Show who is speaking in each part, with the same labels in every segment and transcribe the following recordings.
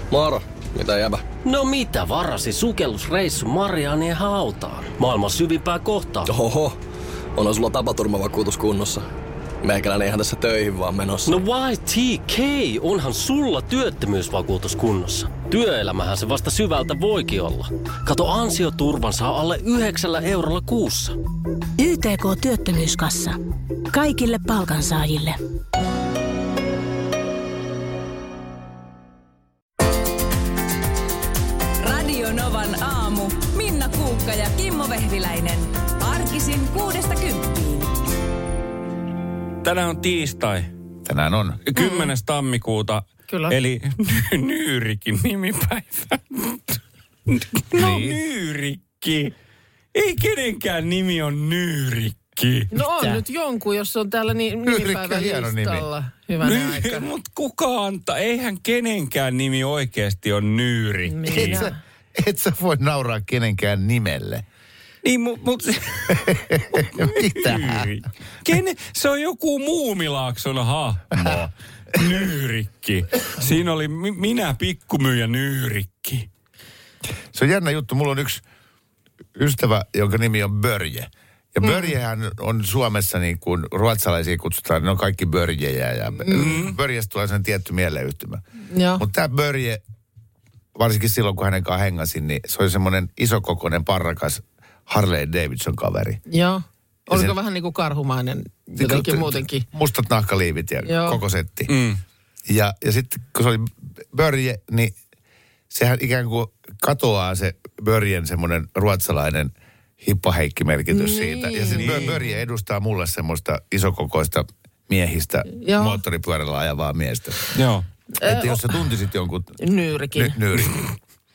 Speaker 1: Moro, mitä jäbä?
Speaker 2: No mitä varasi sukellusreissu Marianien hautaan? Maailman syvimpää kohtaa.
Speaker 1: Oho, onhan sulla tapaturmavakuutus kunnossa. Meikäläinen ihan tässä töihin vaan menossa.
Speaker 2: No YTK, onhan sulla työttömyysvakuutus kunnossa. Työelämähän se vasta syvältä voikin olla. Kato, ansioturvan saa alle 9 eurolla kuussa.
Speaker 3: YTK Työttömyyskassa. Kaikille palkansaajille.
Speaker 4: Radio Novan aamu. Minna Kuukka ja Kimmo Vehviläinen. Arkisin 6–10.
Speaker 5: Tänään on tiistai.
Speaker 6: Tänään on.
Speaker 5: 10. tammikuuta.
Speaker 7: Kyllä.
Speaker 5: Eli Nyyrikin nimipäivä. No niin. Nyyrikki. Ei kenenkään nimi on Nyyrikki.
Speaker 7: No on nyt jonkun, jos on täällä nimipäivän listalla. Hyvänä aika.
Speaker 5: Mutta kuka antaa? Eihän kenenkään nimi oikeasti ole Nyyrikki.
Speaker 6: Et sä voi nauraa kenenkään nimelle.
Speaker 5: Niin, mutta...
Speaker 6: Mitä?
Speaker 5: Se on joku Muumilaakson hahmo. Nyyrikki. Siinä oli minä pikkumyyjä Nyyrikki.
Speaker 6: Se on jännä juttu. Mulla on yksi ystävä, jonka nimi on Börje. Ja Börjehän on Suomessa niin kuin ruotsalaisia kutsutaan, ne on kaikki Börjejä. Ja Börjestä tulee sen tietty mieleyhtymä. Mutta tämä Börje, varsinkin silloin kun hänen kanssa hengasin, niin se oli semmoinen isokokoinen parrakas Harley Davidson kaveri.
Speaker 7: Joo. Oliko vähän niin kuin karhumainen jotenkin muutenkin?
Speaker 6: Mustat nahkaliivit ja koko setti. Ja sitten kun se oli Börje, niin sehän ikään kuin katoaa se Börjen semmoinen ruotsalainen hippaheikki-merkitys siitä. Ja se Börje edustaa mulle semmoista isokokoista miehistä moottoripyörällä ajavaa miestä.
Speaker 5: Joo.
Speaker 6: Että jos sä tuntisit jonkun...
Speaker 7: Nyyrkin.
Speaker 6: Nyyrkin.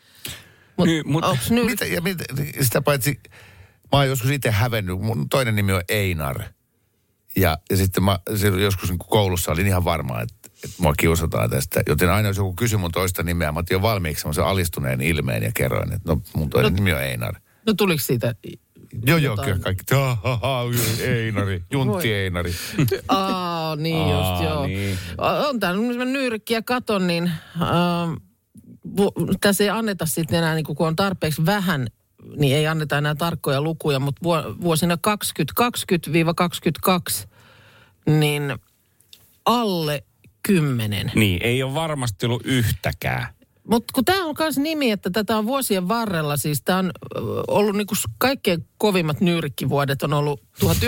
Speaker 6: Sitä paitsi... Mä oon joskus itse hävennyt. Mun toinen nimi on Einar. Ja sitten mä joskus niin koulussa olin ihan varma, että mua kiusataan tästä. Joten aina jos joku kysyi mun toista nimeä, mä otin jo valmiiksi semmoisen alistuneen ilmeen ja kerroin, että mun toinen nimi on Einar.
Speaker 7: No tuliko siitä
Speaker 6: Joo, kyllä kaikki. Einari, Juntti Einari.
Speaker 7: Niin just, joo. Niin. On täällä Nyyrikki ja katon, niin tässä ei anneta sitten enää, niin kun on tarpeeksi vähän, niin ei anneta enää tarkkoja lukuja, mutta vuosina 2020-2022, niin alle 10.
Speaker 5: Niin, ei ole varmasti ollut yhtäkään.
Speaker 7: Mutta kun tämä on myös nimi, että tätä on vuosien varrella, siis tämä on ollut niinku kaikkein kovimmat nyyrikkivuodet on ollut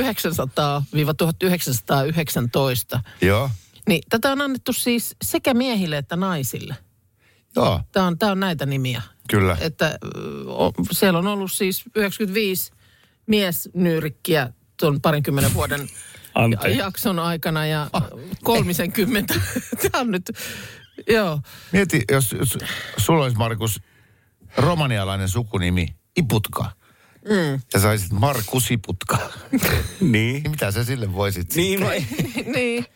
Speaker 7: 1900-1919.
Speaker 6: Joo.
Speaker 7: Niin tätä on annettu siis sekä miehille että naisille.
Speaker 6: Joo.
Speaker 7: Tämä on näitä nimiä.
Speaker 6: Kyllä.
Speaker 7: Että siellä on ollut siis 95 miesnyyrikkiä tuon 20 vuoden jakson aikana ja 30. Tämä on nyt, joo.
Speaker 6: Mieti, jos sulla olisi, Markus, romanialainen sukunimi Iputka. Ja saisit Markus Iputka. Niin. Mitä sä sille voisit
Speaker 5: niin,
Speaker 7: niin.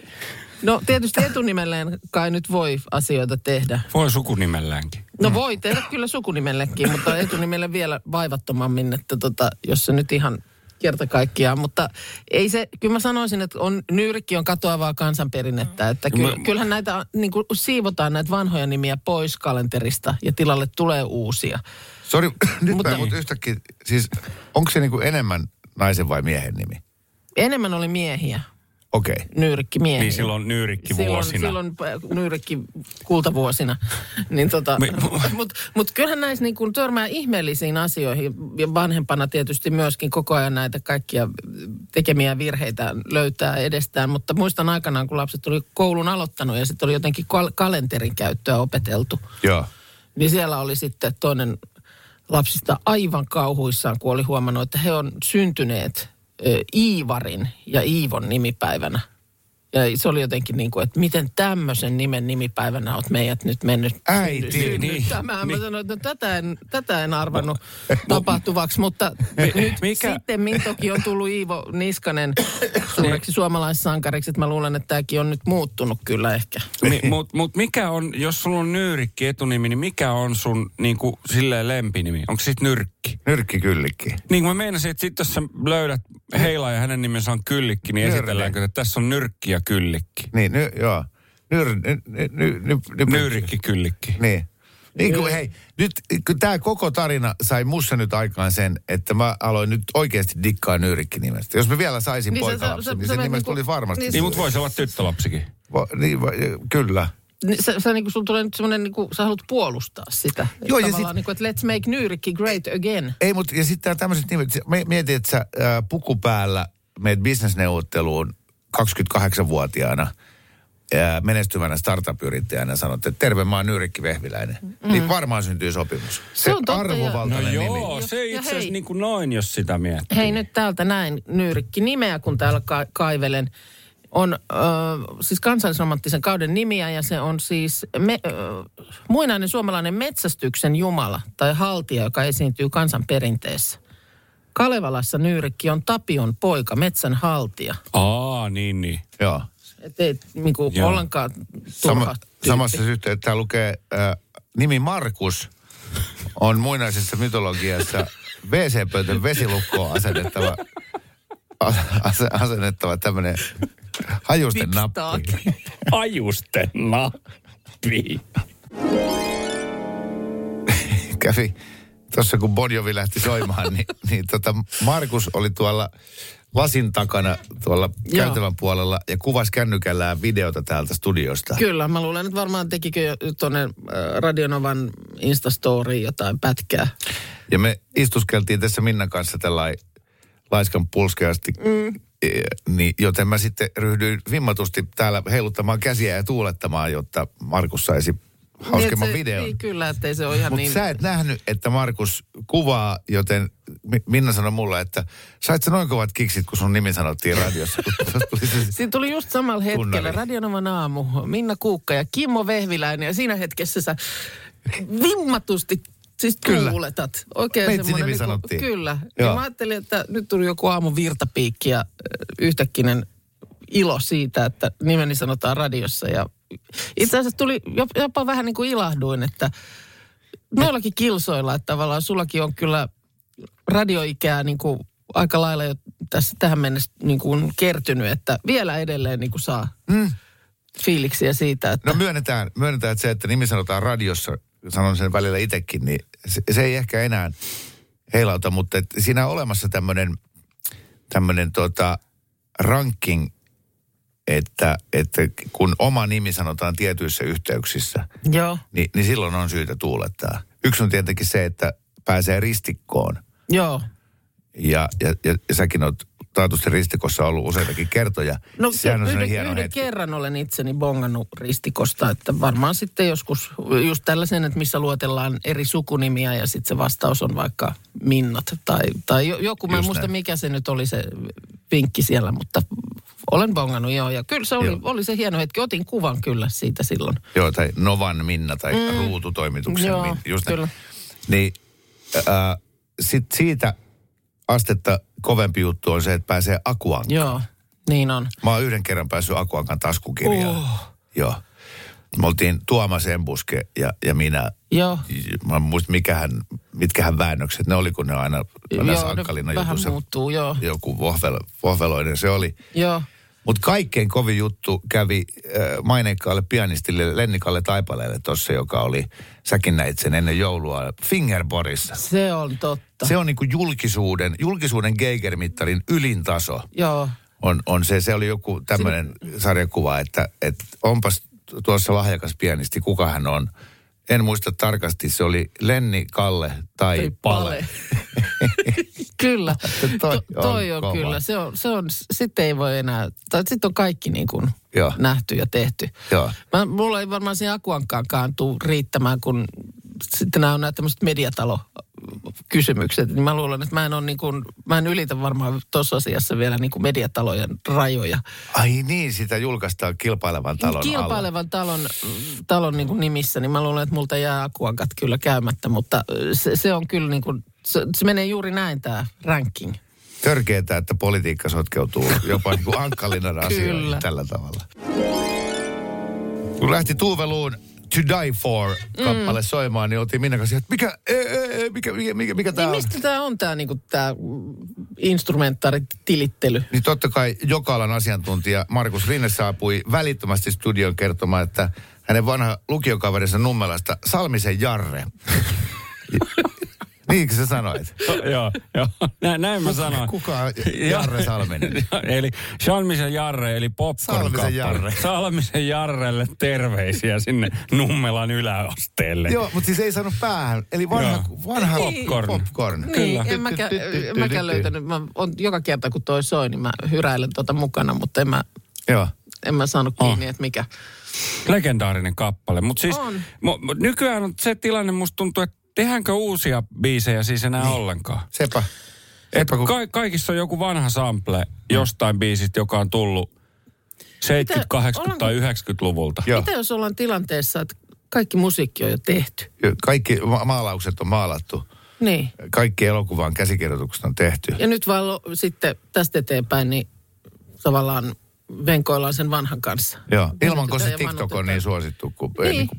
Speaker 7: No tietysti etunimelleen kai nyt voi asioita tehdä.
Speaker 5: Voi sukunimelläänkin.
Speaker 7: No voi tehdä kyllä sukunimellekin, mutta etunimelle vielä vaivattomammin, että jos se nyt ihan kerta kaikkiaan. Mutta ei se, kyllä mä sanoisin, että Nyyrikki on katoavaa kansanperinnettä, että kyllähän näitä niin kuin siivotaan näitä vanhoja nimiä pois kalenterista ja tilalle tulee uusia.
Speaker 6: Sori, nyt mutta yhtäkkiä, siis onko se niin kuin enemmän naisen vai miehen nimi?
Speaker 7: Enemmän oli miehiä.
Speaker 6: Okei.
Speaker 7: Nyyrikki miehiä.
Speaker 5: Niin silloin nyyrikkivuosina.
Speaker 7: Silloin nyyrikki kultavuosina. Niin mutta kyllähän näissä niin kuin törmää ihmeellisiin asioihin. Ja vanhempana tietysti myöskin koko ajan näitä kaikkia tekemiä virheitä löytää edestään. Mutta muistan aikanaan, kun lapset oli koulun aloittanut ja sitten oli jotenkin kalenterin käyttöä opeteltu.
Speaker 6: Joo.
Speaker 7: Niin siellä oli sitten toinen lapsista aivan kauhuissaan, kun oli huomannut, että he on syntyneet Iivarin ja Iivon nimipäivänä. Ja se oli jotenkin niin kuin, että miten tämmöisen nimen nimipäivänä olet meidät nyt mennyt synnyttämään. Mä sanoin, että tätä en arvannut tapahtuvaksi, mutta nyt sitten toki on tullut Iivo Niskanen suureksi suomalaissankariksi, että mä luulen, että tämäkin on nyt muuttunut kyllä ehkä.
Speaker 5: Mutta mikä on, jos sulla on Nyyrikki etunimi, niin mikä on sun niin kuin silleen lempinimi? Onko sit Nyrkki?
Speaker 6: Nyrkki Kyllikki.
Speaker 5: Niin kuin mä meinasin, että sit jos sä löydät Heila ja hänen nimensä on Kyllikki, niin esitelläänkö, että tässä on Nyrkki ja Kyllikki?
Speaker 6: Niin, joo.
Speaker 5: Nyyrikki-kyllikki.
Speaker 6: Niin kuin, hei, nyt kun tämä koko tarina sai musta nyt aikaan sen, että mä aloin nyt oikeasti dikkaa Nyyrikki-nimestä. Jos mä vielä saisin
Speaker 7: Niin
Speaker 6: poikalapsen, niin se nimestä tuli varmasti.
Speaker 5: Niin, mutta voisi olla tyttölapsikin.
Speaker 6: Kyllä.
Speaker 7: Sä niinku, sulla tulee nyt semmoinen, niinku, sä haluat puolustaa sitä.
Speaker 6: Joo, ja
Speaker 7: tavallaan niinku, että let's make Nyyrikki great again.
Speaker 6: Ei, mutta ja sitten tämmöiset nimet. Mietin, että sä puku päällä meet bisnesneuvotteluun 28-vuotiaana menestyvänä startup-yrittäjänä sanot, että terve, mä oon Nyyrikki Vehviläinen. Niin varmaan syntyy sopimus. Se on arvovaltainen nimi.
Speaker 5: Joo, se itse asiassa niin kuin noin, jos sitä miettii.
Speaker 7: Hei, nyt täältä näin Nyyrikki-nimeä, kun täällä kaivelen. On siis kansallisromanttisen kauden nimiä ja se on siis muinainen suomalainen metsästyksen jumala tai haltija, joka esiintyy kansanperinteessä. Kalevalassa Nyyrikki on Tapion poika, metsän haltija.
Speaker 5: Niin.
Speaker 6: Joo.
Speaker 7: Että ei niinku ollenkaan turha
Speaker 6: samassa yhteydessä täällä lukee nimi Markus on muinaisessa mytologiassa WC-pöytön vesilukkoon asennettava tämmöinen hajusten nappi.
Speaker 5: Hajusten nappi.
Speaker 6: Kävi tuossa kun Bon Jovi lähti soimaan, niin Markus oli tuolla lasin takana tuolla käytävän puolella ja kuvasi kännykällään videota täältä studiosta.
Speaker 7: Kyllä, mä luulen, että varmaan tekikö jo tuonne Radionovan Instastoriin jotain pätkää.
Speaker 6: Ja me istuskeltiin tässä Minnan kanssa tällainen laiskan pulskeasti, niin, joten mä sitten ryhdyin vimmatusti täällä heiluttamaan käsiä ja tuulettamaan, jotta Markus saisi hauskemman videon.
Speaker 7: Niin kyllä, ettei se ole ihan niin.
Speaker 6: Mutta sä et nähnyt, että Markus kuvaa, joten Minna sanoi mulle, että sait sä noin kovat kiksit, kun sun nimi sanottiin radiossa.
Speaker 7: Siinä tuli just samalla hetkellä Radionovan aamu, Minna Kuukka ja Kimmo Vehviläinen ja siinä hetkessä sä vimmatusti siis tuuletat. Oikein
Speaker 6: Meitsi nimi
Speaker 7: niin
Speaker 6: sanottiin.
Speaker 7: Kyllä. Ja mä ajattelin, että nyt tuli joku aamu virtapiikki ja yhtäkkinen ilo siitä, että nimeni sanotaan radiossa. Ja itse asiassa tuli jopa vähän niin kuin ilahduin, että noillakin kilsoilla, että tavallaan sullakin on kyllä radioikää niin kuin aika lailla jo tässä tähän mennessä niin kuin kertynyt, että vielä edelleen niin kuin saa fiiliksiä siitä, että...
Speaker 6: No myönnetään, että se, että nimi sanotaan radiossa, sanon sen välillä itsekin, niin se ei ehkä enää heilauta, mutta siinä on olemassa tämmöinen ranking, että kun oma nimi sanotaan tietyissä yhteyksissä, niin silloin on syytä tuulettaa. Yksi on tietenkin se, että pääsee ristikkoon.
Speaker 7: Joo.
Speaker 6: Ja säkin oot taatusti ristikossa ollut useitakin kertoja.
Speaker 7: No
Speaker 6: yhden
Speaker 7: kerran olen itseni bongannut ristikosta, että varmaan sitten joskus just tällaisen, että missä luotellaan eri sukunimiä ja sitten se vastaus on vaikka Minnat tai joku, mä en muista mikä se nyt oli se vinkki siellä, mutta olen bongannut ja kyllä se oli se hieno hetki. Otin kuvan kyllä siitä silloin.
Speaker 6: Joo, tai Novan Minna tai Ruututoimituksen Minna. Just
Speaker 7: kyllä.
Speaker 6: Niin sitten siitä astetta kovempi juttu on se, että pääsee Akuankaan.
Speaker 7: Joo, niin on.
Speaker 6: Mä oon yhden kerran päässyt Akuankan taskukirjaan. Joo. Me oltiin Tuomas Embuske ja minä.
Speaker 7: Joo.
Speaker 6: Mä en muista mitkähän väännökset ne oli, kun ne aina sankkalina
Speaker 7: vähän muuttuu, joo.
Speaker 6: Joku vohveloinen se oli.
Speaker 7: Joo.
Speaker 6: Mutta kaikkein kovin juttu kävi maineikkaalle pianistille Lennikalle Taipaleelle tossa, joka oli, säkin näit sen ennen joulua, Fingerborissa.
Speaker 7: Se on totta.
Speaker 6: Se on niinku julkisuuden Geiger-mittarin ylin taso.
Speaker 7: Joo.
Speaker 6: On se oli joku tämmöinen sarjakuva, että onpas tuossa lahjakas pianisti, kuka hän on. En muista tarkasti, se oli Lenni, Kalle tai Pale.
Speaker 7: Kyllä, toi on
Speaker 6: kova.
Speaker 7: kyllä. Se on, sitten ei voi enää, tai sitten on kaikki niin kuin nähty ja tehty.
Speaker 6: Joo.
Speaker 7: Mulla ei varmaan siihen Akuankkaankaan tule riittämään, kun sitten nämä on nämä tämmöiset mediatalo-kysymykset. Niin mä luulen, että mä en ylitä varmaan tuossa asiassa vielä niin kuin mediatalojen rajoja.
Speaker 6: Ai niin, sitä julkaistaan kilpailevan talon
Speaker 7: Kilpailevan talon niin kuin nimissä, niin mä luulen, että multa jää Akuankat kyllä käymättä, mutta se on kyllä niin kuin, se menee juuri näin tämä ranking.
Speaker 6: Törkeetä, että politiikka sotkeutuu jopa niin kuin ankkalina asioihin tällä tavalla. Kun lähti Tuuveluun To Die For -kappale soimaan, niin oltiin Minna kanssa, että mikä tää on?
Speaker 7: Mistä tää on tää niinku tää instrumentaalitilittely.
Speaker 6: Niin totta kai joka alan asiantuntija Markus Rinne saapui välittömästi studioon kertomaan, että hänen vanha lukiokaverinsa Nummelasta, Salmisen Jarre. Niinkö sä sanoit?
Speaker 5: Joo. Näin mä sanoin.
Speaker 6: Kuka on Jarre Salminen?
Speaker 5: Eli Salmisen Jarre, eli popcorn-kappale. Salmisen Jarrelle terveisiä sinne Nummelan yläasteelle.
Speaker 6: Joo, mutta siis ei saanut päähän. Eli vanha popcorn.
Speaker 7: Niin,
Speaker 5: Kyllä.
Speaker 7: en mäkään löytänyt. Joka kerta kun toi soi, niin mä hyräilen mukana, mutta en mä saanut kiinni, että mikä.
Speaker 5: Legendaarinen kappale. Mutta siis nykyään on se tilanne, musta tuntuu, että tehdäänkö uusia biisejä siis enää ollenkaan?
Speaker 6: Sepä.
Speaker 5: Kaikissa on joku vanha sample jostain biisistä, joka on tullut 70-, 80- tai 90-luvulta.
Speaker 7: Mitä jos ollaan tilanteessa, että kaikki musiikki on jo tehty?
Speaker 6: Kaikki maalaukset on maalattu.
Speaker 7: Niin.
Speaker 6: Kaikki elokuvan käsikirjoitukset on tehty.
Speaker 7: Ja nyt vaan sitten tästä eteenpäin, niin tavallaan venkoillaan sen vanhan kanssa.
Speaker 6: Joo, ilmanko se TikTok on niin suosittu, kun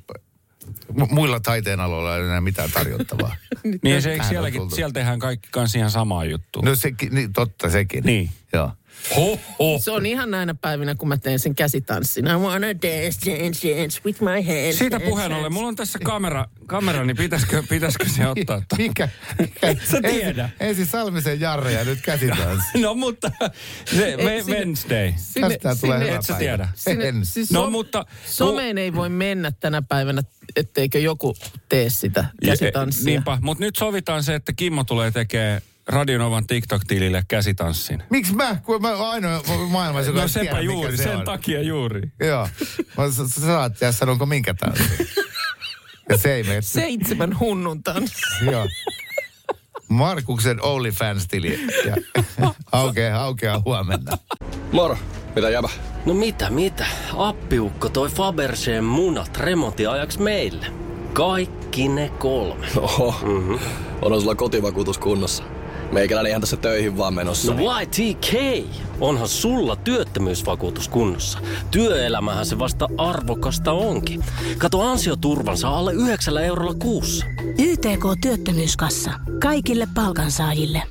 Speaker 6: muilla taiteen aloilla ei enää mitään tarjottavaa.
Speaker 5: Niin se eikö siellä tehdään kaikki kanssa ihan samaa juttua?
Speaker 6: No niin, totta sekin.
Speaker 5: Niin.
Speaker 6: Joo.
Speaker 7: Se on ihan näinä päivinä, kun mä teen sen käsitanssin. I wanna dance with my hands.
Speaker 5: Siitä puheen ollen, mulla on tässä kamera, niin pitäisikö se ottaa?
Speaker 6: Mikä?
Speaker 5: Sä tiedä.
Speaker 6: Ensin Salmisen Jarre ja nyt käsitanssi.
Speaker 5: No mutta se Wednesday.
Speaker 6: Tästä tulee hyvä
Speaker 5: et sä tiedä.
Speaker 7: Siis
Speaker 5: mutta
Speaker 7: someen ei voi mennä tänä päivänä, etteikö joku tee sitä käsitanssia.
Speaker 5: Niinpä, mutta nyt sovitaan se, että Kimmo tulee tekemään Radio Novan TikTok-tilille käsitanssin.
Speaker 6: Miksi mä? Kun mä oon ainoa maailmassa, joka
Speaker 5: sepä
Speaker 6: tiedä,
Speaker 5: juuri,
Speaker 6: mikä se
Speaker 5: sen
Speaker 6: on.
Speaker 5: takia juuri.
Speaker 6: Joo. Sä saat ja sanonko minkä tanssin. Ja se ei mene.
Speaker 7: 7 hunnun tanssi.
Speaker 6: Joo. Markuksen OnlyFans-tili. Ja aukeaa huomenna.
Speaker 1: Moro, mitä jäbä?
Speaker 2: No mitä? Appiukko toi Faberseen munat remontiajaksi meille. Kaikki ne 3.
Speaker 1: Oho, onhan sulla kotivakuutus kunnossa. Meikäläinen ihan tässä töihin vaan menossa.
Speaker 2: No YTK, onhan sulla työttömyysvakuutus kunnossa. Työelämähän se vasta arvokasta onkin. Kato ansioturvansa alle 9 eurolla kuussa.
Speaker 3: YTK Työttömyyskassa. Kaikille palkansaajille.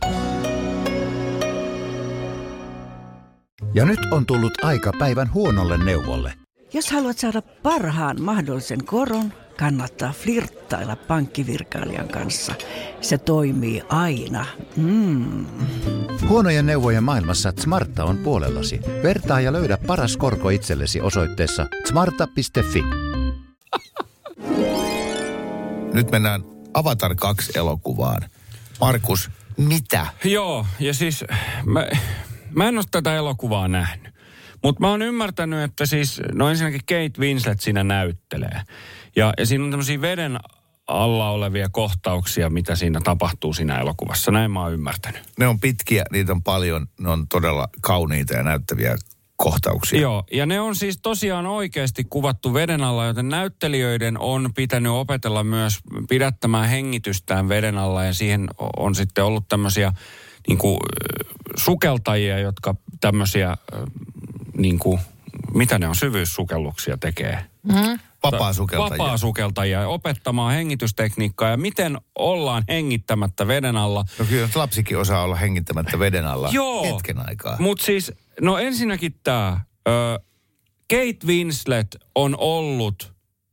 Speaker 8: Ja nyt on tullut aika päivän huonolle neuvolle.
Speaker 9: Jos haluat saada parhaan mahdollisen koron, kannattaa flirttailla pankkivirkailijan kanssa. Se toimii aina.
Speaker 8: Huonojen neuvojen maailmassa Smarta on puolellasi. Vertaa ja löydä paras korko itsellesi osoitteessa smarta.fi.
Speaker 6: Nyt mennään Avatar 2 elokuvaan. Markus, mitä?
Speaker 5: Joo, ja siis mä en ole tätä elokuvaa nähnyt. Mutta mä oon ymmärtänyt, että siis, no ensinnäkin Kate Winslet siinä näyttelee. Ja siinä on tämmöisiä veden alla olevia kohtauksia, mitä siinä tapahtuu siinä elokuvassa. Näin mä oon ymmärtänyt.
Speaker 6: Ne on pitkiä, niitä on paljon, ne on todella kauniita ja näyttäviä kohtauksia.
Speaker 5: Joo, ja ne on siis tosiaan oikeasti kuvattu veden alla, joten näyttelijöiden on pitänyt opetella myös pidättämään hengitystään veden alla. Ja siihen on sitten ollut tämmöisiä sukeltajia, jotka tämmöisiä mitä ne on, syvyyssukelluksia tekee. Vapaa-sukeltajia opettamaan hengitystekniikkaa ja miten ollaan hengittämättä veden alla.
Speaker 6: No kyllä lapsikin osaa olla hengittämättä veden alla hetken aikaa.
Speaker 5: Mutta siis, no ensinnäkin tämä, Kate Winslet on ollut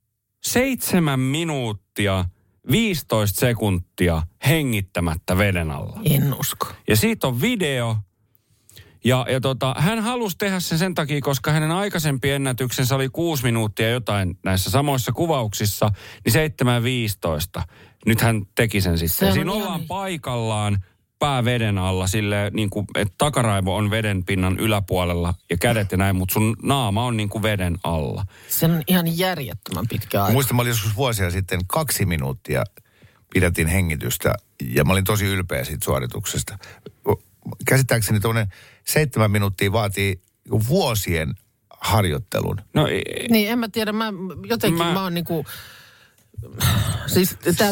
Speaker 5: 7 minuuttia 15 sekuntia hengittämättä veden alla.
Speaker 7: En usko.
Speaker 5: Ja siitä on video. Ja hän halusi tehdä sen takia, koska hänen aikaisempi ennätyksensä oli 6 minuuttia jotain näissä samoissa kuvauksissa, niin 7:15. Nyt hän teki sen sitten. Siinä ollaan paikallaan pää veden alla silleen, niin kuin, että takaraivo on veden pinnan yläpuolella ja kädet ja näin, mutta sun naama on niin kuin veden alla.
Speaker 7: Se on ihan järjettömän pitkä aika.
Speaker 6: Muistan, mä olin joskus vuosia sitten 2 minuuttia pidätin hengitystä ja mä olin tosi ylpeä siitä suorituksesta. Käsittääkseni tuollainen 7 minuuttia vaatii vuosien harjoittelun.
Speaker 5: No,
Speaker 7: niin, en mä tiedä. Mä oon niinku... Siis tämä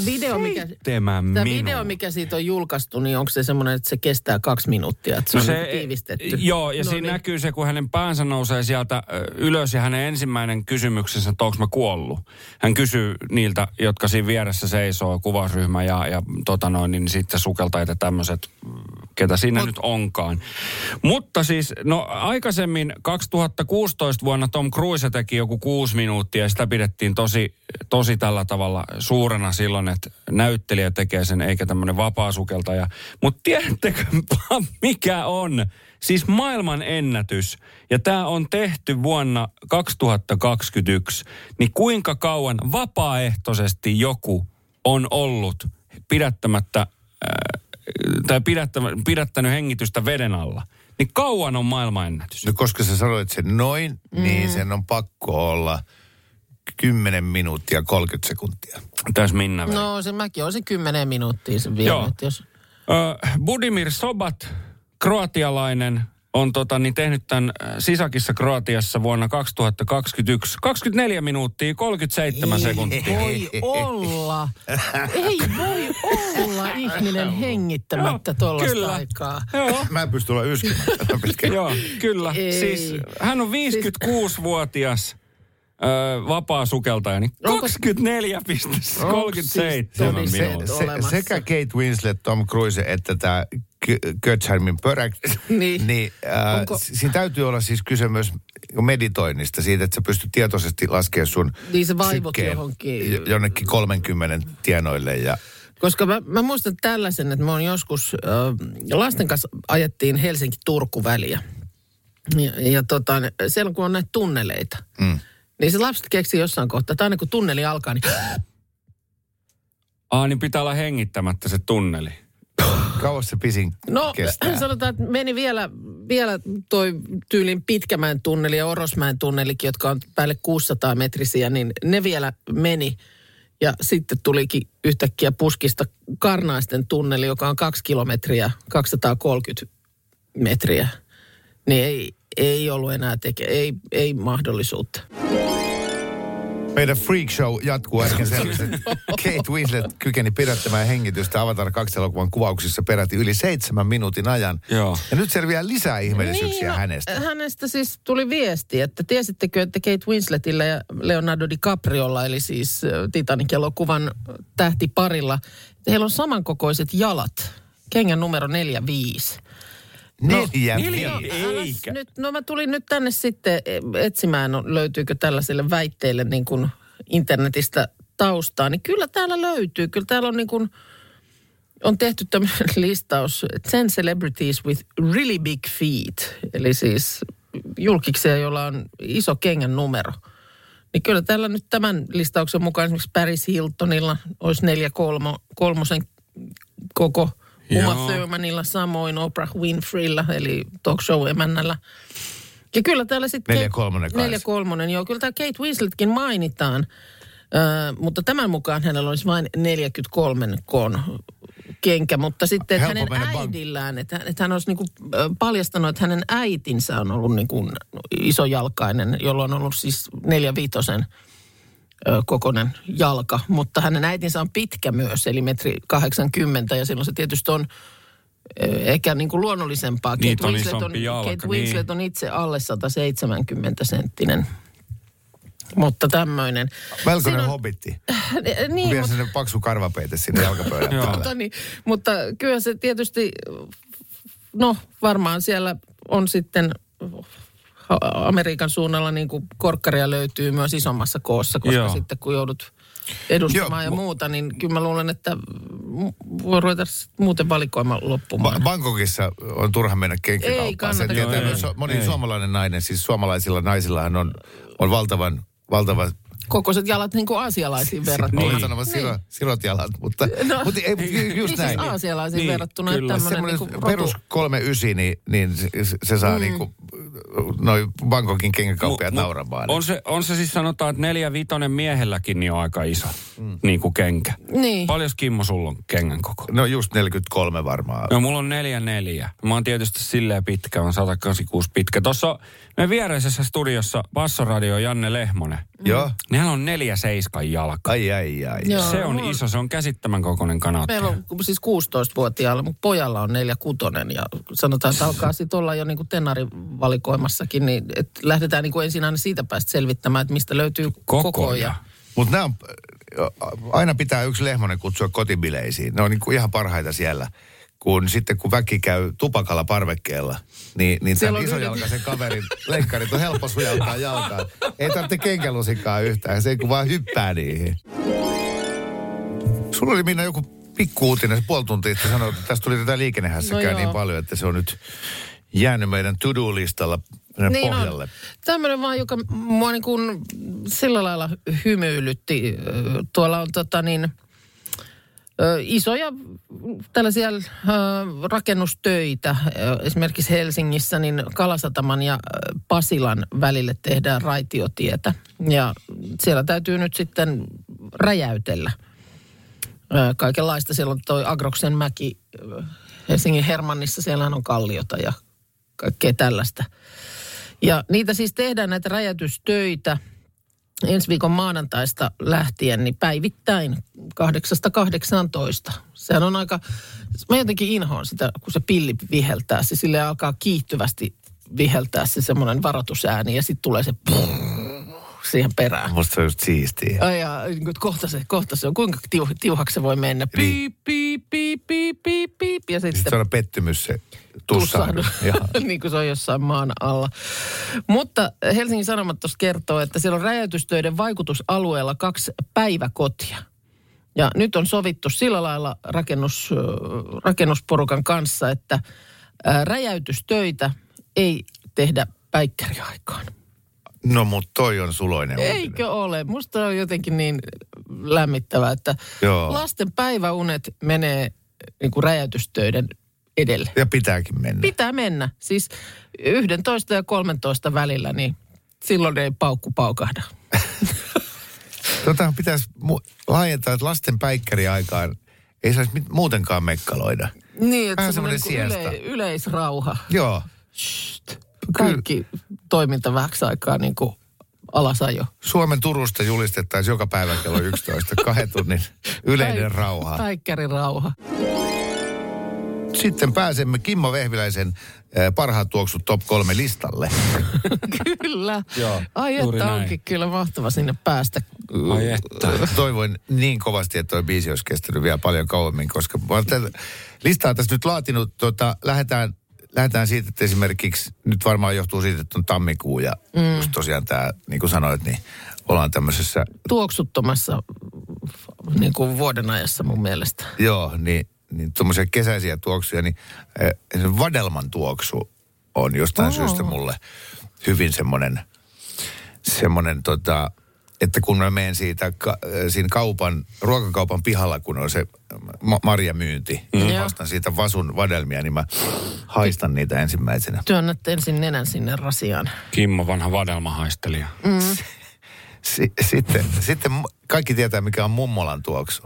Speaker 7: video, mikä siitä on julkaistu, niin onko se semmoinen, että se kestää 2 minuuttia, että se on niin tiivistetty?
Speaker 5: Joo, ja siinä näkyy se, kun hänen päänsä nousee sieltä ylös ja hänen ensimmäinen kysymyksensä, että onko mä kuollut. Hän kysyy niiltä, jotka siinä vieressä seisoo, kuvausryhmä ja niin sitten sukeltajat ja tämmöiset ketä siinä nyt onkaan. Mutta siis, no aikaisemmin 2016 vuonna Tom Cruise teki joku 6 minuuttia ja sitä pidettiin tosi tällä tavalla suurena silloin, että näyttelijä tekee sen eikä tämmöinen vapaasukeltaja. Mutta tiedättekö mikä on? Siis maailman ennätys, ja tämä on tehty vuonna 2021, niin kuinka kauan vapaaehtoisesti joku on ollut pidättänyt hengitystä veden alla? Niin kauan on maailman ennätys.
Speaker 6: No koska sä sanoit sen noin, niin sen on pakko olla 10 minuuttia 30 sekuntia.
Speaker 5: Tässä Minna vei.
Speaker 7: No se mäkin olisin 10 minuuttia sen vienyt, jos...
Speaker 5: Budimir Sobat, kroatialainen, on tehnyt tämän Sisakissa Kroatiassa vuonna 2021. 24 minuuttia, 37 sekuntia.
Speaker 7: Ei olla ihminen hengittämättä tuollaista aikaa.
Speaker 5: Joo.
Speaker 6: Mä en pysty olla yskimättä.
Speaker 5: Joo, kyllä. Siis hän on 56-vuotias vapaasukeltaja, niin 24,37 minuuttia.
Speaker 6: Sekä Kate Winslet, Tom Cruise että tämä Götzheimin pörä. niin siinä täytyy olla siis kyse myös meditoinnista, siitä, että sä pystyt tietoisesti laskemaan sun
Speaker 7: se vaivot johonkin.
Speaker 6: Jonnekin 30 tienoille ja...
Speaker 7: Koska mä muistan tällaisen, että mä oon joskus, lasten kanssa ajettiin Helsinki-Turku-väliä. Ja siellä kun on näitä tunneleita, niin se lapset keksii jossain kohtaa, että aina kun tunneli alkaa, niin...
Speaker 5: niin pitää olla hengittämättä se tunneli.
Speaker 6: Kauas se pisin kestää?
Speaker 7: No sanotaan, että meni vielä toi tyylin Pitkämäen tunneli ja Orosmäen tunnelikin, jotka on päälle 600 metrisiä, niin ne vielä meni. Ja sitten tulikin yhtäkkiä puskista Karnaisten tunneli, joka on 2 kilometriä, 230 metriä. Niin ei ollut enää ei mahdollisuutta.
Speaker 6: Meidän freak show jatkuu äsken sellaisen. Kate Winslet kykeni pidättämään hengitystä Avatar 2-elokuvan kuvauksissa peräti yli 7 minuutin ajan.
Speaker 5: Joo.
Speaker 6: Ja nyt selviää lisää ihmeellisyyksiä hänestä.
Speaker 7: Hänestä siis tuli viesti, että tiesittekö, että Kate Winsletillä ja Leonardo DiCapriolla, eli siis Titanic-elokuvan tähtiparilla, heillä on samankokoiset jalat. Kengän numero 45. Mä tulin nyt tänne sitten etsimään, löytyykö tällaiselle väitteille niin kuin internetistä taustaa. Niin kyllä täällä löytyy. Kyllä täällä on niin kuin, on tehty tämmöinen listaus 10 celebrities with really big feet. Eli siis julkiksia, joilla on iso kengän numero. Niin kyllä täällä nyt tämän listauksen mukaan esimerkiksi Paris Hiltonilla olisi 4,3 koko. Uma Thurmanilla, samoin Oprah Winfreyllä, eli talk show-emännällä. Ja kyllä täällä sitten... 4,3, joo. Kyllä täällä Kate Winsletkin mainitaan, mutta tämän mukaan hänellä olisi vain 43 kenkä. Mutta sitten että hänen äidillään, että hän olisi niin kuin paljastanut, että hänen äitinsä on ollut niin kuin isojalkainen, jolloin on ollut siis 4,5 kokoinen jalka, mutta hänen äitinsä on pitkä myös, eli 1,80 m, ja silloin se tietysti on ehkä niin kuin luonnollisempaa. Kate Winslet on itse alle 170-senttinen, mutta tämmöinen.
Speaker 6: Melkoinen hobitti.
Speaker 7: Niin,
Speaker 6: vielä sellainen paksu karvapeite sinne jalkapöydän päällä.
Speaker 7: Mutta kyllä se tietysti, varmaan siellä on sitten... Amerikan suunnalla niin kuin korkkaria löytyy myös isommassa koossa, koska sitten kun joudut edustamaan ja muuta, niin kyllä mä luulen, että voi ruveta muuten valikoima loppumaan.
Speaker 6: Bangkokissa on turha mennä kenkäkauppaan. Sen tietää myös moni suomalainen nainen, siis suomalaisilla naisillahan on valtava
Speaker 7: kokoiset jalat niin kuin aasialaisiin verrattuna.
Speaker 6: Olen sanomassa sirot jalat, mutta ei, just näin.
Speaker 7: Siis aasialaisiin verrattuna.
Speaker 6: Semmoinen perus 39, niin se saa niin kuin noi Bangkokin kenkäkauppiaat nauramaan.
Speaker 5: On se siis sanotaan, että 4,5 miehelläkin niin on aika iso niin kuin kenkä.
Speaker 7: Niin.
Speaker 5: Paljonko Kimmo sulla on kengän koko?
Speaker 6: No just 43 varmaan.
Speaker 5: No mulla on 4,4. Mä oon tietysti silleen pitkä, on 186 pitkä. Tuossa meidän viereisessä studiossa Bassoradio Janne Lehmonen.
Speaker 6: Joo.
Speaker 5: Nehän on 4,7 jalka.
Speaker 6: Ai.
Speaker 7: Joo,
Speaker 5: se on iso, se on käsittämän kokoinen kanaatti.
Speaker 7: Meillä on siis 16-vuotiaalla, mutta pojalla on 4,6 ja sanotaan, että alkaa sitten olla jo niin kuin tenarivalikoimassakin, niin että lähdetään niin kuin ensin aina siitä päästä selvittämään, että mistä löytyy kokoja.
Speaker 6: Mutta nämä on, aina pitää yksi Lehmonen kutsua kotibileisiin. Ne on niin kuin ihan parhaita siellä. kun väki käy tupakalla parvekkeella, niin tämän isojalkaisen kaverin lenkkarit on helppo sujauttaa jalkaan. Ei tarvitse kenkälusikaan yhtään, se kun vaan hyppää niihin. Sulla oli Minna joku pikku-uutinen, puoli tuntia, että sanoit, että tästä tuli tätä liikennehässäkään niin paljon, että se on nyt jäänyt meidän to-do-listalla niin pohjalle. On.
Speaker 7: Tämmöinen vaan, joka mua niin kuin sillä lailla hymyilytti. Tuolla on isoja tällaisia rakennustöitä. Esimerkiksi Helsingissä niin Kalasataman ja Pasilan välille tehdään raitiotietä. Ja siellä täytyy nyt sitten räjäytellä kaikenlaista. Siellä on toi Agroksen mäki Helsingin Hermannissa. Siellähän on kalliota ja kaikkea tällaista. Ja niitä siis tehdään näitä räjäytystöitä ensi viikon maanantaista lähtien niin päivittäin 8-18. Sehän on aika, mä jotenkin inhoan sitä, kun se pilli viheltää. Se sille alkaa kiihtyvästi viheltää se semmoinen varoitusääni ja sitten tulee se siihen perään.
Speaker 6: Musta se on just siistiä.
Speaker 7: Ja kohta se on, kuinka tiuhaksi se voi mennä. Piip, piip, piip, piip, piip, piip. Ja sitten
Speaker 6: se on pettymys se tussahdu.
Speaker 7: Niin kuin se on jossain maan alla. Mutta Helsingin Sanomat tuossa kertoo, että siellä on räjäytystöiden vaikutusalueella 2 päiväkotia. Ja nyt on sovittu sillä lailla rakennusporukan kanssa, että räjäytystöitä ei tehdä päikkäriaikaan.
Speaker 6: No, mutta toi on suloinen uutinen.
Speaker 7: Eikö ole? Musta on jotenkin niin lämmittävää, että lasten päiväunet menee niin kuin räjäytystöiden edelle.
Speaker 6: Ja pitääkin mennä.
Speaker 7: Pitää mennä. Siis 11 ja 13 välillä, niin silloin ei paukku paukahda.
Speaker 6: Pitäisi laajentaa, että lasten päikkäriaikaan ei saisi muutenkaan mekkaloida.
Speaker 7: Niin, että semmoinen yleisrauha.
Speaker 6: Joo.
Speaker 7: Kaikki toiminta vähäksi aikaa niin kuin alasajo.
Speaker 6: Suomen Turusta julistettaisiin joka päivä kello 11 2 tunnin yleinen rauha.
Speaker 7: Päikkärirauha.
Speaker 6: Sitten pääsemme Kimmo Vehviläisen parhaat tuoksut top 3 listalle.
Speaker 7: Kyllä.
Speaker 5: Joo,
Speaker 7: ai että onkin kyllä mahtava sinne päästä.
Speaker 5: Ai että.
Speaker 6: Toivoin niin kovasti, että toi biisi olisi kestänyt vielä paljon kauemmin, koska mä olen listaa tässä nyt laatinut, lähdetään siitä, että esimerkiksi, nyt varmaan johtuu siitä, että on tammikuu ja just tosiaan tämä, niin kuin sanoit, niin ollaan tämmöisessä
Speaker 7: tuoksuttomassa niin kuin vuoden ajassa mun mielestä.
Speaker 6: Joo, niin tuommoisia kesäisiä tuoksuja, niin vadelman tuoksu on jostain syystä mulle hyvin semmoinen, että kun mä menen siinä ruokakaupan pihalla, kun on se marjamyynti, vastaan siitä vasun vadelmia, niin mä haistan niitä ensimmäisenä.
Speaker 7: Työnnät ensin nenän sinne rasiaan.
Speaker 5: Kimmo, vanha vadelmahaistelija.
Speaker 6: Sitten kaikki tietää, mikä on mummolan tuoksu.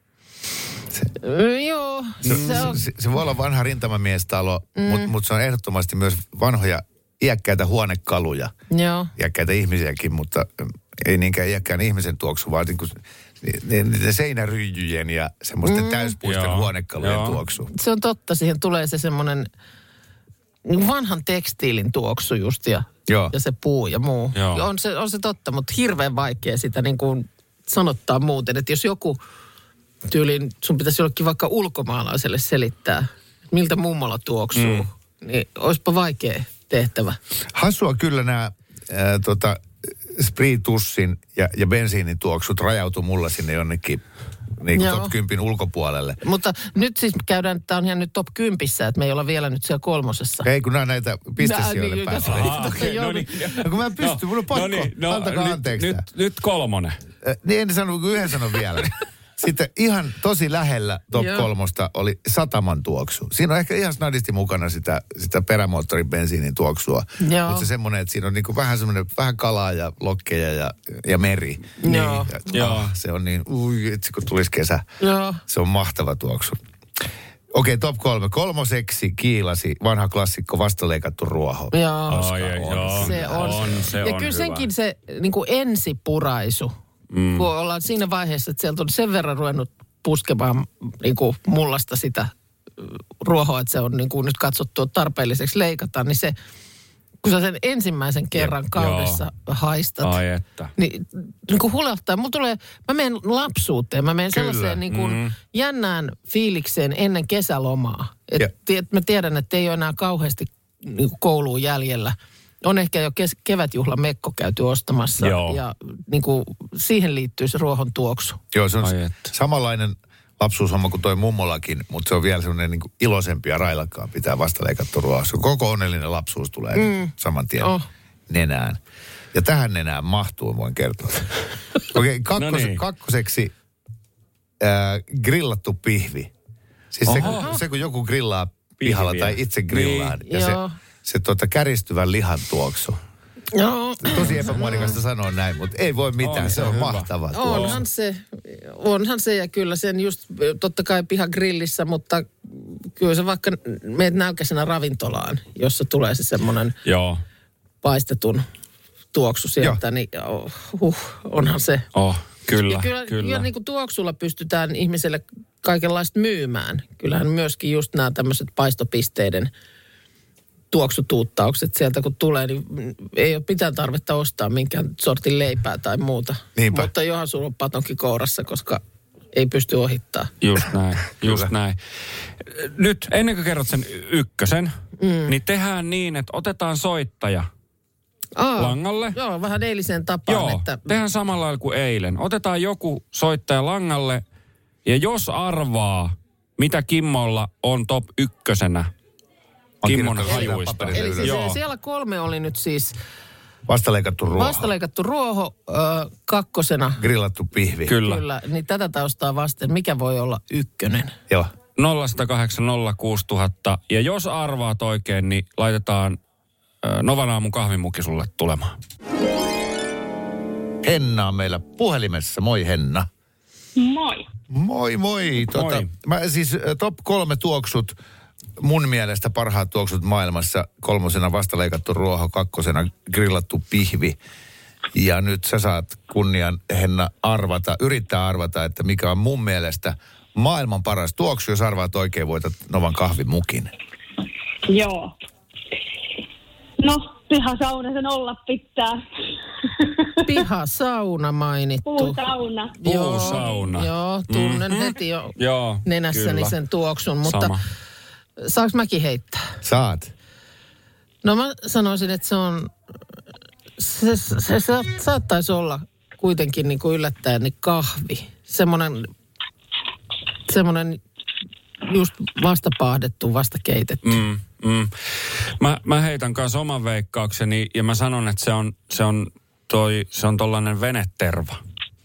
Speaker 7: Joo.
Speaker 6: Se voi olla vanha rintamamiestalo, mutta se on ehdottomasti myös vanhoja iäkkäitä huonekaluja.
Speaker 7: Joo.
Speaker 6: Iäkkäitä ihmisiäkin, mutta ei niinkään iäkkään ihmisen tuoksu, vaan niiden seinäryijyjen ja semmoisten täyspuisten huonekalujen tuoksu.
Speaker 7: Se on totta, siihen tulee se semmoinen vanhan tekstiilin tuoksu just ja se puu ja muu. On se totta, mutta hirveän vaikea sitä niin kuin sanottaa muuten, että jos joku tyyliin, sun pitäisi jollekin vaikka ulkomaalaiselle selittää, miltä mummola tuoksuu, niin olisipa vaikea tehtävä.
Speaker 6: Hassua kyllä nämä spriitussin ja bensiinin tuoksut rajautu mulla sinne jonnekin niin kuin top 10 ulkopuolelle.
Speaker 7: Mutta nyt siis käydään, tämä on ihan nyt top 10, että me ei olla vielä nyt siellä 3.
Speaker 6: Ei, kun nämä on näitä pistesijoille pääsee.
Speaker 5: No niin.
Speaker 6: Kun mä en pysty, mun on pakko. Antakaa anteeksi.
Speaker 5: Nyt 3.
Speaker 6: Niin en sano, kun yhden sanon vielä. Sitten ihan tosi lähellä top 3 oli sataman tuoksu. Siinä on ehkä ihan snadisti mukana sitä perämoottorin bensiinin tuoksua. Mutta se semmoinen, että siinä on niinku vähän kalaa ja lokkeja ja meri.
Speaker 7: Joo.
Speaker 6: Se on niin, kun tulisi kesä.
Speaker 7: Joo.
Speaker 6: Se on mahtava tuoksu. Okei, top 3. 3 kiilasi, vanha klassikko, vastaleikattu ruoho.
Speaker 7: Joo.
Speaker 5: Se on
Speaker 7: ja kyllä senkin se niinku ensipuraisu. Kun ollaan siinä vaiheessa, että sieltä on sen verran ruvennut puskemaan niin kuin mullasta sitä ruohoa, että se on niin kuin nyt katsottu tarpeelliseksi leikata, niin se, kun sä sen ensimmäisen kerran kaudessa haistat,
Speaker 5: Ai että.
Speaker 7: niin kun hulahtaa. Mä menen lapsuuteen, mä menen sellaiseen niin kuin jännään fiilikseen ennen kesälomaa. Mä tiedän, että ei ole enää kauheasti niin kuin kouluun jäljellä. On ehkä jo kevätjuhla mekko käyty ostamassa.
Speaker 5: Joo.
Speaker 7: Ja niin kuin siihen liittyy se ruohon tuoksu.
Speaker 6: Joo, se on samanlainen lapsuushomma kuin toi mummollakin, mutta se on vielä semmoinen niin kuin iloisempi ja railakkaan pitää vastaleikattu ruoa. Se koko onnellinen lapsuus tulee saman tien nenään. Ja tähän nenään mahtuu, voin kertoa. Okei, kakkoseksi grillattu pihvi. Siis se, kun joku grillaa pihalla tai itse grillaan.
Speaker 5: Niin.
Speaker 6: Ja se käristyvän lihan tuoksu.
Speaker 7: Joo.
Speaker 6: Tosi epämuodikasta sanoa näin, mutta ei voi mitään. Se on mahtava tuoksu.
Speaker 7: Onhan se ja kyllä sen just totta kai pihagrillissä, mutta kyllä se vaikka meet nälkäisenä ravintolaan, jossa tulee se semmoinen paistetun tuoksu sieltä, niin onhan se.
Speaker 5: Kyllä,
Speaker 7: ja kyllä. Ja niin kuin tuoksulla pystytään ihmiselle kaikenlaista myymään. Kyllähän myöskin just nämä tämmöiset paistopisteiden tuoksutuuttaukset sieltä kun tulee, niin ei ole mitään tarvetta ostaa minkään sortin leipää tai muuta.
Speaker 6: Niinpä.
Speaker 7: Mutta johan sulla on patonki kourassa, koska ei pysty ohittaa.
Speaker 5: Just näin. Nyt ennen kuin kerrot sen ykkösen, niin tehdään niin, että otetaan soittaja langalle.
Speaker 7: Joo, vähän eiliseen tapaan.
Speaker 5: Tehdään samalla lailla kuin eilen. Otetaan joku soittaja langalle ja jos arvaa, mitä Kimmolla on top ykkösenä, Kimmon hajuista.
Speaker 7: Eli siellä 3 oli nyt siis
Speaker 6: vastaleikattu
Speaker 7: ruoho, kakkosena
Speaker 6: grillattu pihvi.
Speaker 7: Kyllä, niin tätä taustaa vasten, mikä voi olla ykkönen?
Speaker 6: Joo.
Speaker 5: 0806000 ja jos arvaat oikein, niin laitetaan Novan aamun kahvimuki sulle tulemaan.
Speaker 6: Henna on meillä puhelimessa. Moi Henna.
Speaker 10: Moi.
Speaker 6: Moi. Mä siis top 3 tuoksut. Mun mielestä parhaat tuoksut maailmassa. 3 vastaleikattu ruoho, 2 grillattu pihvi. Ja nyt sä saat kunnian, Henna, yrittää arvata, että mikä on mun mielestä maailman paras tuoksu. Jos arvaat oikein, voitat Novan kahvimukin.
Speaker 10: Joo. No, pihasauna sen olla pitää.
Speaker 7: Pihasauna mainittu.
Speaker 10: Puusauna.
Speaker 7: Joo, tunnen heti jo nenässäni sen tuoksun, mutta saanko mäkin heittää?
Speaker 6: Saat.
Speaker 7: No mä sanoisin, että se saattaisi olla kuitenkin niin kuin yllättäen niin kahvi. Semmoinen just vasta paahdettu, vasta keitetty.
Speaker 5: Mä heitän kanssa oman veikkaukseni ja mä sanon, että se on tollainen veneterva.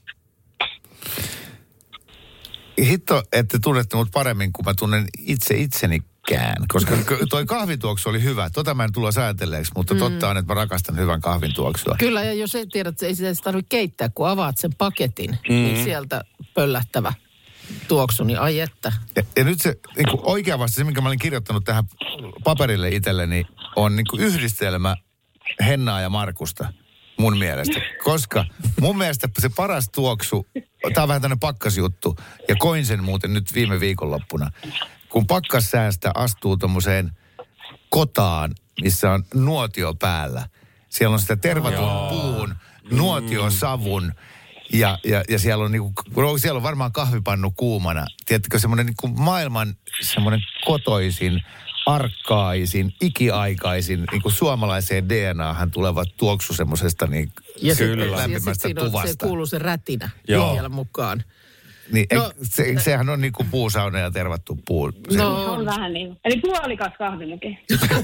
Speaker 6: Hitto, että tunnette mut paremmin kuin mä tunnen itsenikään. Koska toi kahvituoksu oli hyvä. Mä en tulla säätelleeksi, mutta totta on, että mä rakastan hyvän kahvin tuoksua.
Speaker 7: Kyllä, ja jos ei tiedä, että ei sitä tarvitse keittää, kun avaat sen paketin, niin sieltä pöllähtävä tuoksu, niin ai että.
Speaker 6: Ja nyt se niin oikea vasta, se minkä mä olin kirjoittanut tähän paperille itselleni, on niin yhdistelmä Hennaa ja Markusta mun mielestä. Koska mun mielestä se paras tuoksu, tää on vähän tämmöinen pakkasjuttu, ja koin sen muuten nyt viime viikonloppuna. Kun pakkassäästä astuu tommoseen kotaan, missä on nuotio päällä. Siellä on sitä tervatun puun, nuotion savun. Ja siellä on siellä on varmaan kahvipannu kuumana. Tiedättekö, semmoinen niinku maailman semmoinen kotoisin, arkkaisin, ikiaikaisin, niinku suomalaiseen DNAhan tuleva tuoksu semmoisesta niin lämpimästä tuvasta.
Speaker 7: Se kuuluu se rätinä vielä mukaan.
Speaker 6: Niin, sehän on niinku puusauna ja tervattu puu.
Speaker 10: No on vähän niin. Eli puolikas kahvimuki.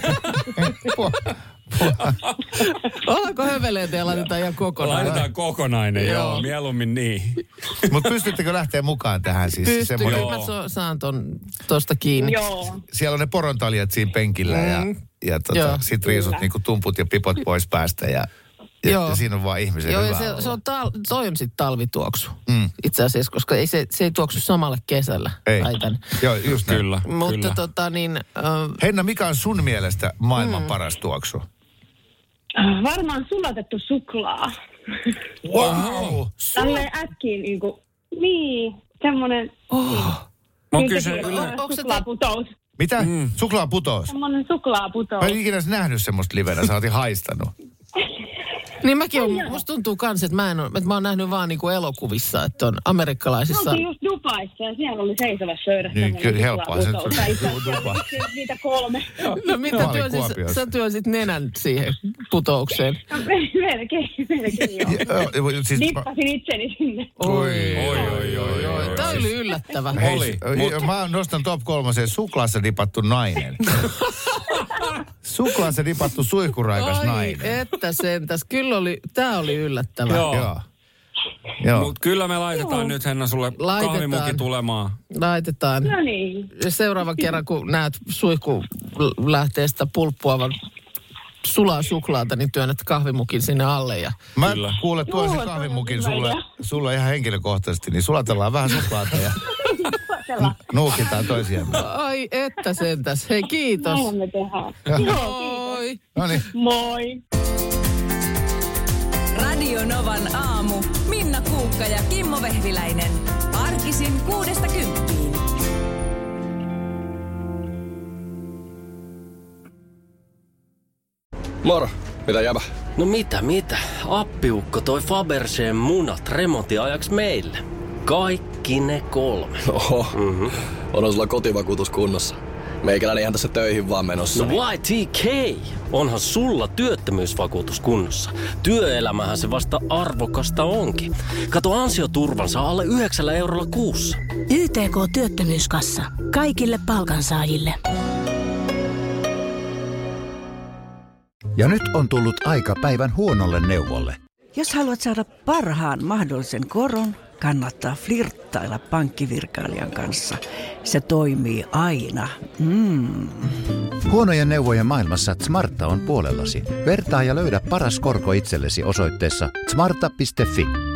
Speaker 7: Ollaanko höveleitä ja laitetaan ihan kokonainen?
Speaker 5: Laitetaan kokonainen, joo. Mieluummin niin.
Speaker 6: Mutta pystyttekö lähteä mukaan tähän siis?
Speaker 7: Pystyn, mä saan tosta kiinni.
Speaker 10: Joo.
Speaker 6: Siellä on ne porontaljat siinä penkillä ja sit riisut niinku tumput ja pipot pois päästä ja siinä on vaan ihmisen hyvä olla.
Speaker 7: Toi on sitten talvituoksu itse asiassa, koska se ei tuoksu samalle kesällä.
Speaker 6: Ei.
Speaker 7: Väitän.
Speaker 6: Joo, just näin.
Speaker 5: Kyllä.
Speaker 7: Mutta
Speaker 6: Henna, mikä on sun mielestä maailman paras tuoksu?
Speaker 10: Varmaan sulatettu suklaa.
Speaker 6: Wow!
Speaker 10: Tälleen äkkiin semmonen...
Speaker 5: Mä kysyn,
Speaker 10: suklaaputous.
Speaker 6: Mitä? Suklaaputous?
Speaker 10: Semmoinen suklaaputous.
Speaker 6: Mä en ikinä nähnyt semmoista livenä, sä ootin haistanut.
Speaker 7: Niin mäkin on, musta tuntuu kans, että mä oon nähnyt vaan niinku elokuvissa, että on amerikkalaisissa.
Speaker 10: Oltiin just Dubaissa ja siellä oli seisovassa pöydässä.
Speaker 6: Niin, kyllä helppoa.
Speaker 10: Niitä 3.
Speaker 7: No mitä sä työsit nenän siihen putoukseen?
Speaker 10: Melkein joo. Nippasin itseni sinne.
Speaker 6: Oi.
Speaker 7: Tämä oli yllättävä.
Speaker 6: Mä nostan top 3 suklaassa dipattu nainen. Suklaassa dipattu suihkuraikas nainen.
Speaker 7: Että sentäs. Kyllä tää oli yllättävä.
Speaker 6: Joo.
Speaker 5: Mutta kyllä me laitetaan nyt, Henna, sulle kahvimuki tulemaan.
Speaker 7: Laitetaan.
Speaker 10: No niin.
Speaker 7: Seuraava kerran, kun näet suihkulähteestä pulppuavan sulaa suklaata, niin työnnät kahvimukin sinne alle. Ja...
Speaker 6: Mä kuule tuossa kahvimukin sulle ihan henkilökohtaisesti, niin sulatellaan vähän suklaata ja nuukitaan toisiamme.
Speaker 7: Ai että sentäs. Hei, kiitos.
Speaker 10: Näin me tehdään.
Speaker 7: Moi.
Speaker 6: Noniin.
Speaker 10: Moi.
Speaker 4: Radio Novan aamu. Minna Kuukka ja Kimmo Vehviläinen. Arkisin 6–10.
Speaker 1: Moro, mitä jäbä?
Speaker 2: No mitä? Appiukko toi Faberseen munat remontiajaksi meille. Kaikki ne 3.
Speaker 1: Oho, onhan sulla kotivakuutus kunnossa. Meikäläni ihan tässä töihin vaan menossa.
Speaker 2: No YTK, onhan sulla työttömyysvakuutus kunnossa. Työelämähän se vasta arvokasta onkin. Kato ansioturvansa alle 9 eurolla kuussa.
Speaker 3: YTK Työttömyyskassa. Kaikille palkansaajille.
Speaker 8: Ja nyt on tullut aika päivän huonolle neuvolle.
Speaker 9: Jos haluat saada parhaan mahdollisen koron, kannattaa flirttailla pankkivirkailijan kanssa. Se toimii aina.
Speaker 8: Huonojen neuvojen maailmassa Smarta on puolellasi. Vertaa ja löydä paras korko itsellesi osoitteessa smarta.fi.